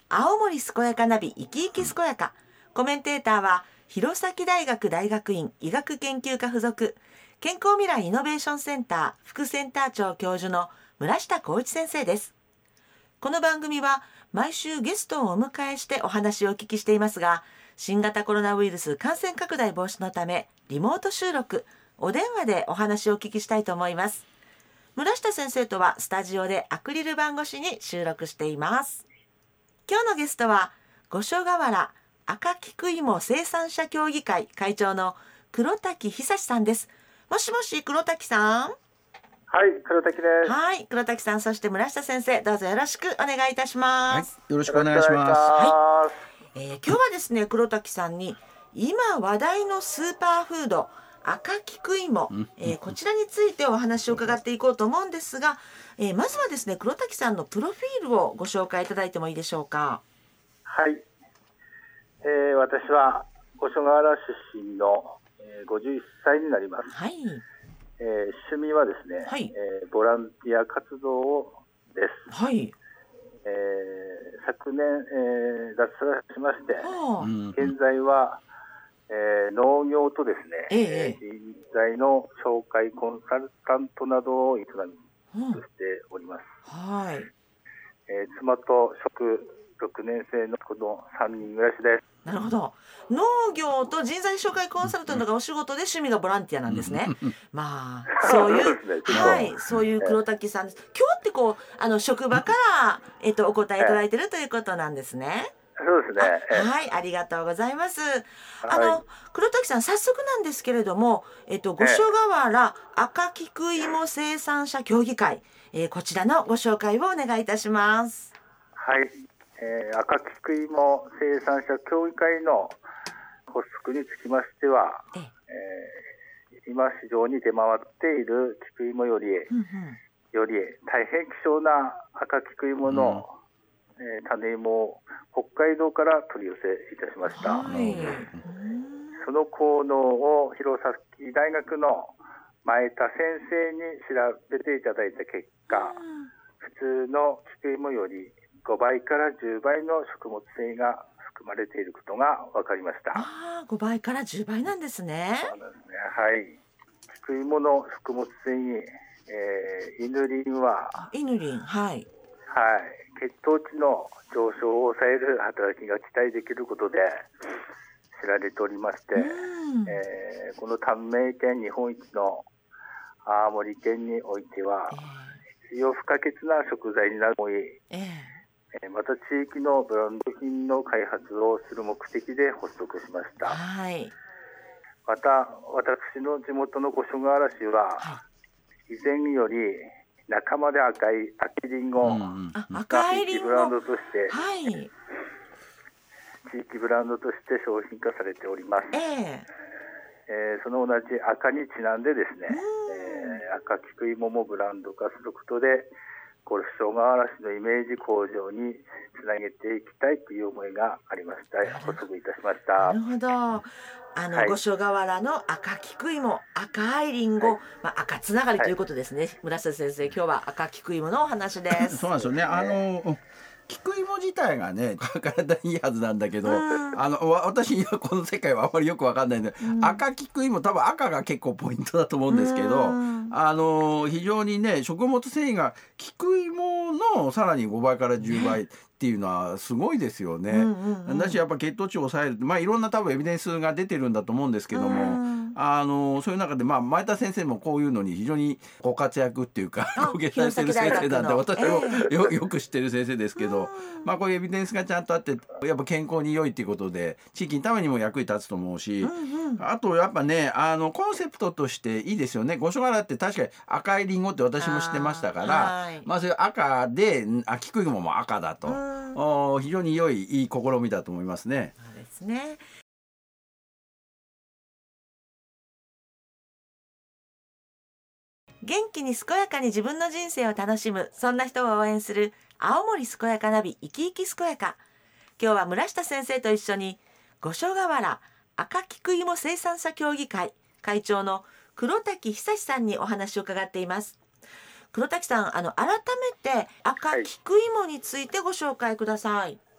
青森健やかナビ生き生き健やか。コメンテーターは弘前大学大学院医学研究科附属健康未来イノベーションセンター副センター長教授の村下浩一先生です。この番組は毎週ゲストをお迎えしてお話をお聞きしていますが、新型コロナウイルス感染拡大防止のためリモート収録、お電話でお話をお聞きしたいと思います。村下先生とはスタジオでアクリル板越しに収録しています。今日のゲストは五所川原赤菊芋生産者協議会会長の黒滝久さんです。もしもし、黒滝さん。 はい、黒滝です。 はい、黒滝さん、そして村下先生、どうぞよろしくお願いいたします。 はい、よろしくお願いします。 はい、今日はですね、黒滝さんに今話題のスーパーフード赤菊芋、こちらについてお話を伺っていこうと思うんですが、まずはですね、黒滝さんのプロフィールをご紹介いただいてもいいでしょうか。 はい、私は五所川原出身の、51歳になります。 はい。 趣味はですね、 はい、 ボランティア活動です。 はい。 昨年、脱サラしまして、現在は、農業とですね、人材の紹介コンサルタントなどを営みとしております。 はい。 妻と6年生の子の3人暮らしです。 なるほど。農業と人材紹介コンサルタントがお仕事で趣味がボランティアなんですね。まあそういうはい、そういう黒滝さんです。今日ってこう職場からお答えいただいているということなんですね。 そうですね。 はい、ありがとうございます。黒滝さん、早速なんですけれども、五所川原赤菊芋生産者協議会、こちらのご紹介をお願いいたします。 はい、赤菊芋生産者協議会の発足につきましては、今市場に出回っている菊芋より大変希少な赤菊芋の、種芋を北海道から取り寄せいたしました。はい、その効能を弘前大学の前田先生に調べていただいた結果、普通の菊芋より5倍から10倍の食物繊維が含まれていることが分かりました。 5倍から10倍なんですね。 そうなんですね。はい。菊芋の食物繊維、イヌリンははい。 はい、血糖値の上昇を抑える働きが期待できることで知られておりまして、この短命県日本一の青森県においては、必要不可欠な食材になると思い、また地域のブランド品の開発をする目的で発足しました。 はい、 また私の地元の五所川原市は、以前より仲間で赤いリンゴが地域ブランドとして、地域ブランドとして商品化されております。その同じ赤にちなんでですね、赤菊芋もブランド化することで五所川原市のイメージ向上につなげていきたいという思いがありました。発足いたしました。 なるほど。五所川原の赤菊芋、赤いリンゴ、赤つながりということですね。村下先生、今日は赤菊芋のお話です。 そうなんですよね。菊芋自体がね体にいいはずなんだけど、私にはこの世界はあまりよく分かんないんで、赤菊芋、多分赤が結構ポイントだと思うんですけど、非常にね食物繊維が菊芋のさらに5倍から10倍っていうのはすごいですよね。だしやっぱ血糖値を抑える、いろんな多分エビデンスが出てるんだと思うんですけども、そういう中で前田先生もこういうのに非常にご活躍っていうかご決断してる先生なんで、私もよく知ってる先生ですけど、こういうエビデンスがちゃんとあってやっぱ健康に良いっていうことで地域のためにも役に立つと思うし、あとやっぱねコンセプトとしていいですよね。五所川原って確かに赤いリンゴって私も知ってましたから、そういう赤で菊芋も赤だと、非常にいい試みだと思いますね。 そうですね。元気に健やかに自分の人生を楽しむ、そんな人を応援する青森健やかナビ生き生き健やか。今日は村下先生と一緒に五所川原赤菊芋生産者協議会会長の黒滝久さんにお話を伺っています。黒滝さん、改めて赤菊芋についてご紹介ください。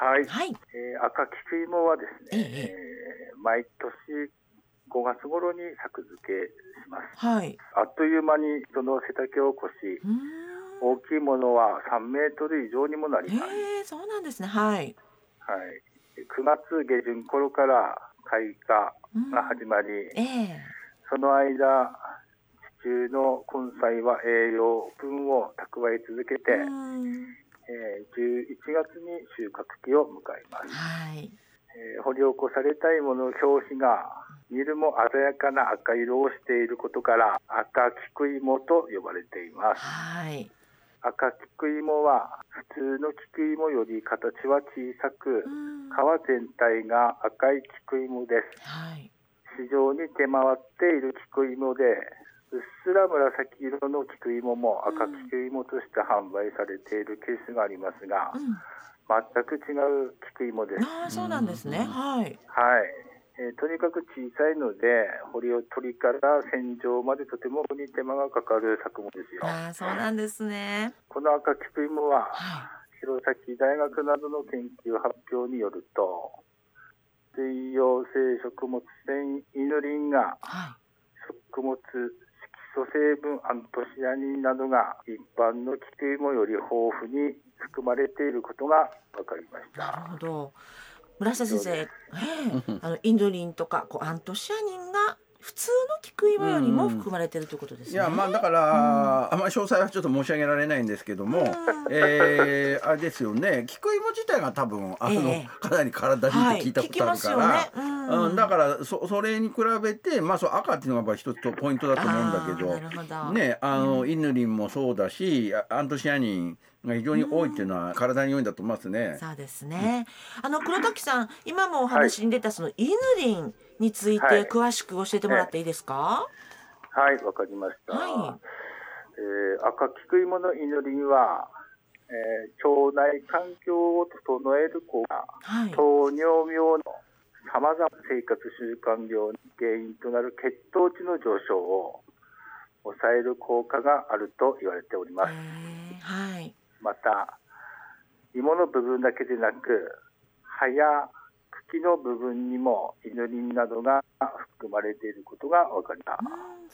はい、 はい。 赤菊芋はですね、毎年5月頃に作付けします。 はい。 あっという間にその背丈を越し、大きいものは3メートル以上にもなります。 そうなんですね。はい。 はい、9月下旬頃から開花が始まり、その間地中の根菜は栄養分を蓄え続けて、11月に収穫期を迎えます。 はい。 掘り起こされた芋の表皮が見るも鮮やかな赤色をしていることから赤菊芋と呼ばれています。 はい。 赤菊芋は普通の菊芋より形は小さく、皮全体が赤い菊芋です。 はい。 市場に出回っている菊芋で、うっすら紫色の菊芋も赤菊芋として販売されているケースがありますが、全く違う菊芋です。 そうなんですね。はい。 はい。とにかく小さいので、掘りを取りから洗浄までとても手間がかかる作物ですよ。 そうなんですね。 この赤菊芋は、弘前大学などの研究発表によると、水溶性食物繊維イヌリンが、食物色素成分アントシアニンなどが一般の菊芋より豊富に含まれていることが分かりました。 なるほど。村下先生、インドリンとかアントシアニンが普通の菊芋よりも含まれているということですね。 いや、だから、あんまり詳細はちょっと申し上げられないんですけども、あれですよね、菊芋自体が多分かなり体にいいって聞いたことあるから、だからそれに比べて、そう赤っていうのがやっぱり一つポイントだと思うんだけどね、イヌリンもそうだしアントシアニンが非常に多いっていうのは体に良いんだと思いますね。 そうですね。黒滝さん、今もお話に出たそのイヌリンについて詳しく教えてもらっていいですか？ はい、わかりました。赤菊芋のイヌリンは、腸内環境を整える効果、糖尿病のさまざまな生活習慣病の原因となる血糖値の上昇を抑える効果があると言われております。また、芋の部分だけでなく、葉や茎の部分にもイヌリンなどが含まれていることが分かりました。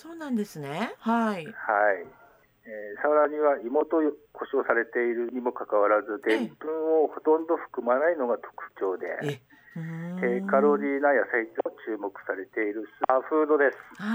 そうなんですね。はい。 さらには芋と呼称されているにもかかわらず、でんぷんをほとんど含まないのが特徴で、低カロリーな野菜と注目されているスーパーフードです。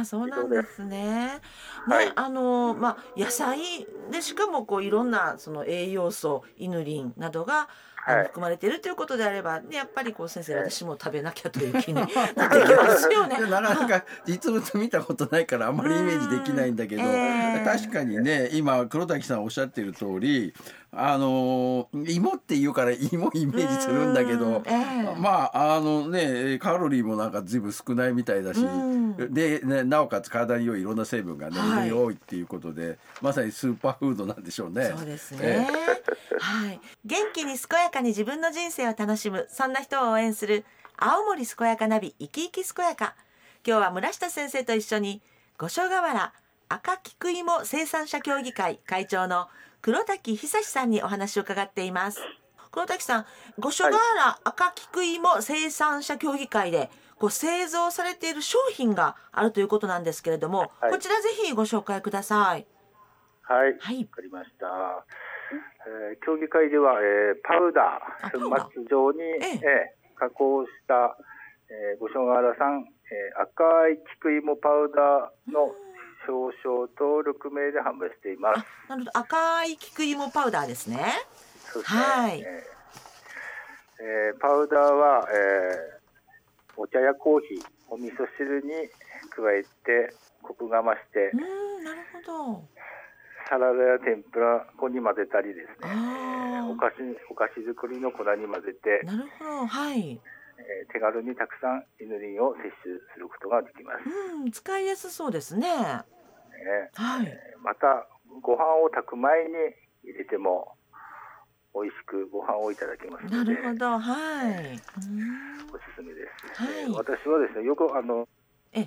そうなんですね。野菜でしかもいろんなその栄養素、イヌリンなどが含まれているということであれば、やっぱり先生、私も食べなきゃという気になってきますよね。 なかなか実物見たことないからあんまりイメージできないんだけど、確かにね、今黒滝さんおっしゃっている通り、芋って言うから芋イメージするんだけど、カロリーもなんか随分少ないみたいだし、で、なおかつ体に良いいろんな成分がね、非常に多いっていうことで、まさにスーパーフードなんでしょうね。 そうですね。元気に健やかに自分の人生を楽しむ、そんな人を応援する青森健やかナビ、生き生き健やか。今日は村下先生と一緒に五所川原赤菊芋生産者協議会会長の黒滝久さんにお話を伺っています。黒滝さん、五所川原赤菊芋生産者協議会で製造されている商品があるということなんですけれども、こちらぜひご紹介ください。 わかりました。協議会では、パウダー、粉末状に、加工した、五所川原産、赤い菊芋パウダーの表彰と6名で販売しています。 なるほど、赤い菊芋パウダーですね。 そうですね。パウダーは、お茶やコーヒー、お味噌汁に加えてコクが増して、 なるほど。 サラダや天ぷら粉に混ぜたりですね、お菓子作りの粉に混ぜて、 なるほど、 手軽にたくさんイヌリンを摂取することができます。 使いやすそうですね。 またご飯を炊く前に入れても美味しくご飯をいただけますので、 なるほど、おすすめです。私はですね、よく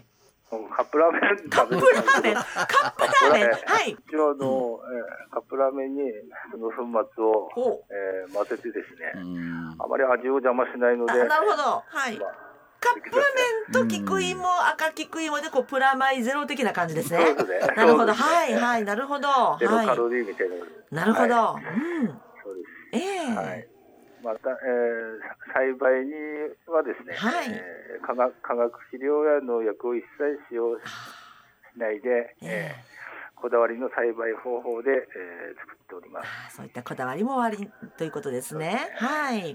カップラーメンカップラーメンはい一応カップラーメンにその粉末を、混ぜてですね、あまり味を邪魔しないので、 なるほど、はい、カップラーメンと菊芋、赤菊芋でこうプラマイゼロ的な感じですね。 そうですね。 なるほど、はいはい、なるほど。 ゼロカロリーみたいな。なるほど。 そうです。はい。また、栽培にはですね、化学肥料や農薬を一切使用しないで、こだわりの栽培方法で、作っております。 そういったこだわりもありということですね。はい。はい。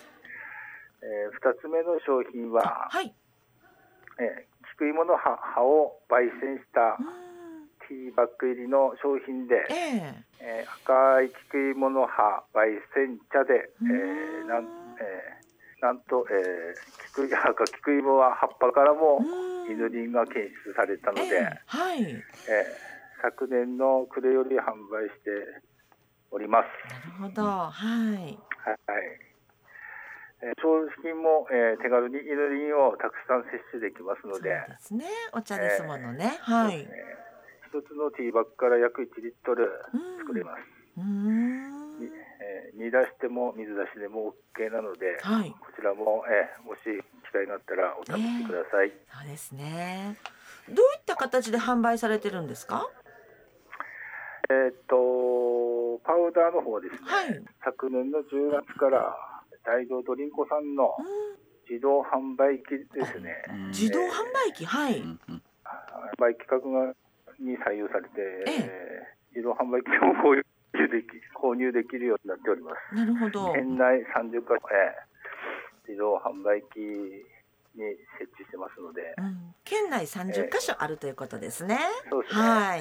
2つ目の商品は、菊芋の葉を焙煎したティーバッグ入りの商品で、赤い菊芋の葉焙煎茶で、なんと、赤菊芋は葉っぱからもイヌリンが検出されたので、昨年の暮れより販売しております。 なるほど、はい。 商品も、手軽にイヌリンをたくさん摂取できますので。 そうですね、お茶ですものね。はい。 一つのティーバッグから約1リットル作れます。煮出しても水出しでも OK なので、こちらも、もし機会があったらお試しください。 そうですね。どういった形で販売されてるんですか？ パウダーの方ですね、昨年の10月から大道ドリンコさんの自動販売機ですね。 自動販売機、はい。 販売規格に採用されて、自動販売機を購入できるようになっております。 なるほど。 県内30カ所、自動販売機に設置してますので、 県内30カ所あるということですね。 そうですね。はい。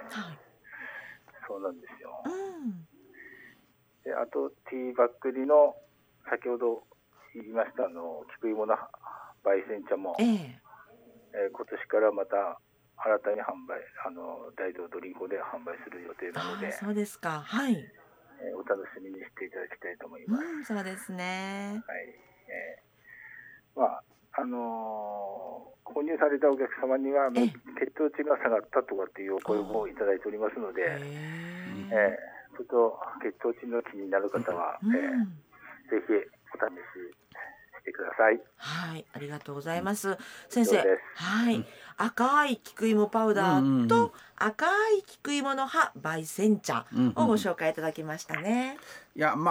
そうなんですよ。で、あとティーバッグ入りの先ほど言いました菊芋の焙煎茶も、今年からまた新たに販売大道ドリンコで販売する予定なので、 そうですか、はい。 お楽しみにしていただきたいと思います。 そうですね。 はい。購入されたお客様には血糖値が下がったとかっていうお声もいただいておりますので、ちょっと血糖値の気になる方は、ぜひお試ししてください。 はい、ありがとうございます。先生、はい、赤い菊芋パウダーと赤い菊芋の葉焙煎茶をご紹介いただきましたね。 いや、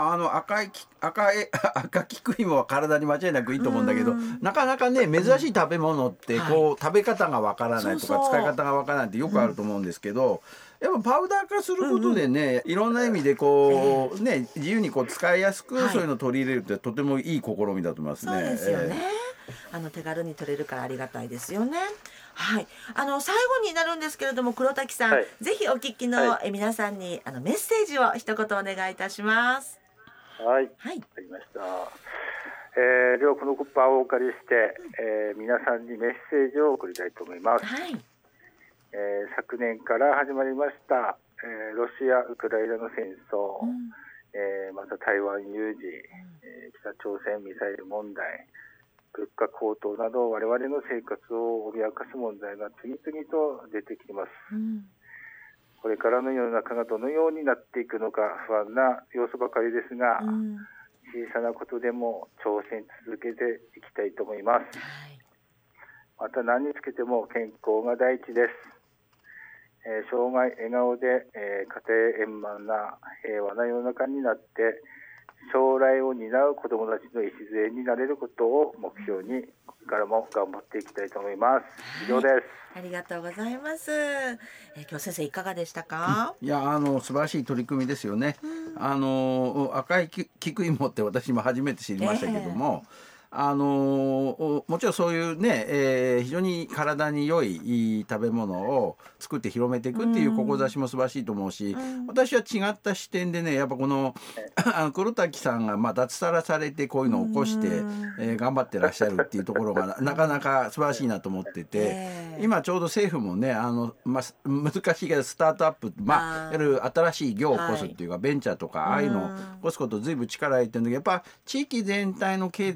赤菊芋は体に間違いなくいいと思うんだけど、なかなかね珍しい食べ物ってこう、食べ方がわからないとか使い方がわからないってよくあると思うんですけど、やっぱパウダー化することでね、いろんな意味でこうね自由にこう使いやすくそういうのを取り入れるってとてもいい試みだと思いますね。 そうですよね。手軽に取れるからありがたいですよね。はい、最後になるんですけれども、黒滝さん、ぜひお聞きの皆さんにメッセージを一言お願いいたします。 はい、わかりました。ではこの場をお借りして、皆さんにメッセージを送りたいと思います。昨年から始まりました、ロシア・ウクライナの戦争、また台湾有事、北朝鮮ミサイル問題、物価高騰など我々の生活を脅かす問題が次々と出てきています。これからの世の中がどのようになっていくのか不安な要素ばかりですが、小さなことでも挑戦続けていきたいと思います。また何につけても健康が第一です。生涯笑顔で、家庭円満な平和な世の中になって将来を担う子どもたちの礎になれることを目標にこれからも頑張っていきたいと思います。以上です。 ありがとうございます。今日先生いかがでしたか？ いや素晴らしい取り組みですよね。赤い菊芋って私も初めて知りましたけども、もちろんそういうね、非常に体に良い食べ物を作って広めていくっていう志も素晴らしいと思うし、私は違った視点でね、やっぱこの黒滝さんが脱サラされてこういうのを起こして、頑張ってらっしゃるっていうところがなかなか素晴らしいなと思ってて、今ちょうど政府もね難しいけどスタートアップ、やる新しい業を起こすっていうか、ベンチャーとかああいうのを起こすことを随分力入れてるんだけど、やっぱ地域全体の経済を活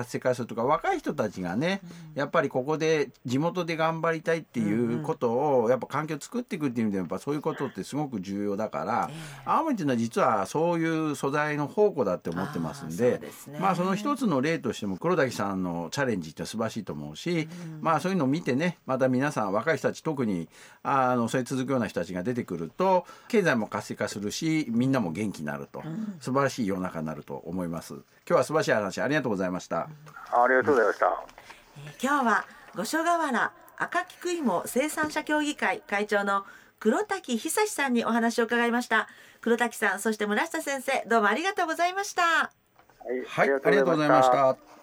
活性化するとか、若い人たちがね、やっぱりここで地元で頑張りたいっていうことをやっぱ環境を作っていくっていう意味でやっぱそういうことってすごく重要だから、青森っていうのは実はそういう素材の宝庫だって思ってますんで、その一つの例としても黒滝さんのチャレンジって素晴らしいと思うし、そういうのを見てね、また皆さん若い人たち、特にそれ続くような人たちが出てくると経済も活性化するし、みんなも元気になると、素晴らしい世の中になると思います。今日は素晴らしい話ありがとうございました。 ありがとうございました。 今日は五所川原赤菊芋生産者協議会会長の黒滝久さんにお話を伺いました。黒滝さん、そして村下先生、どうもありがとうございました。 はい、ありがとうございました。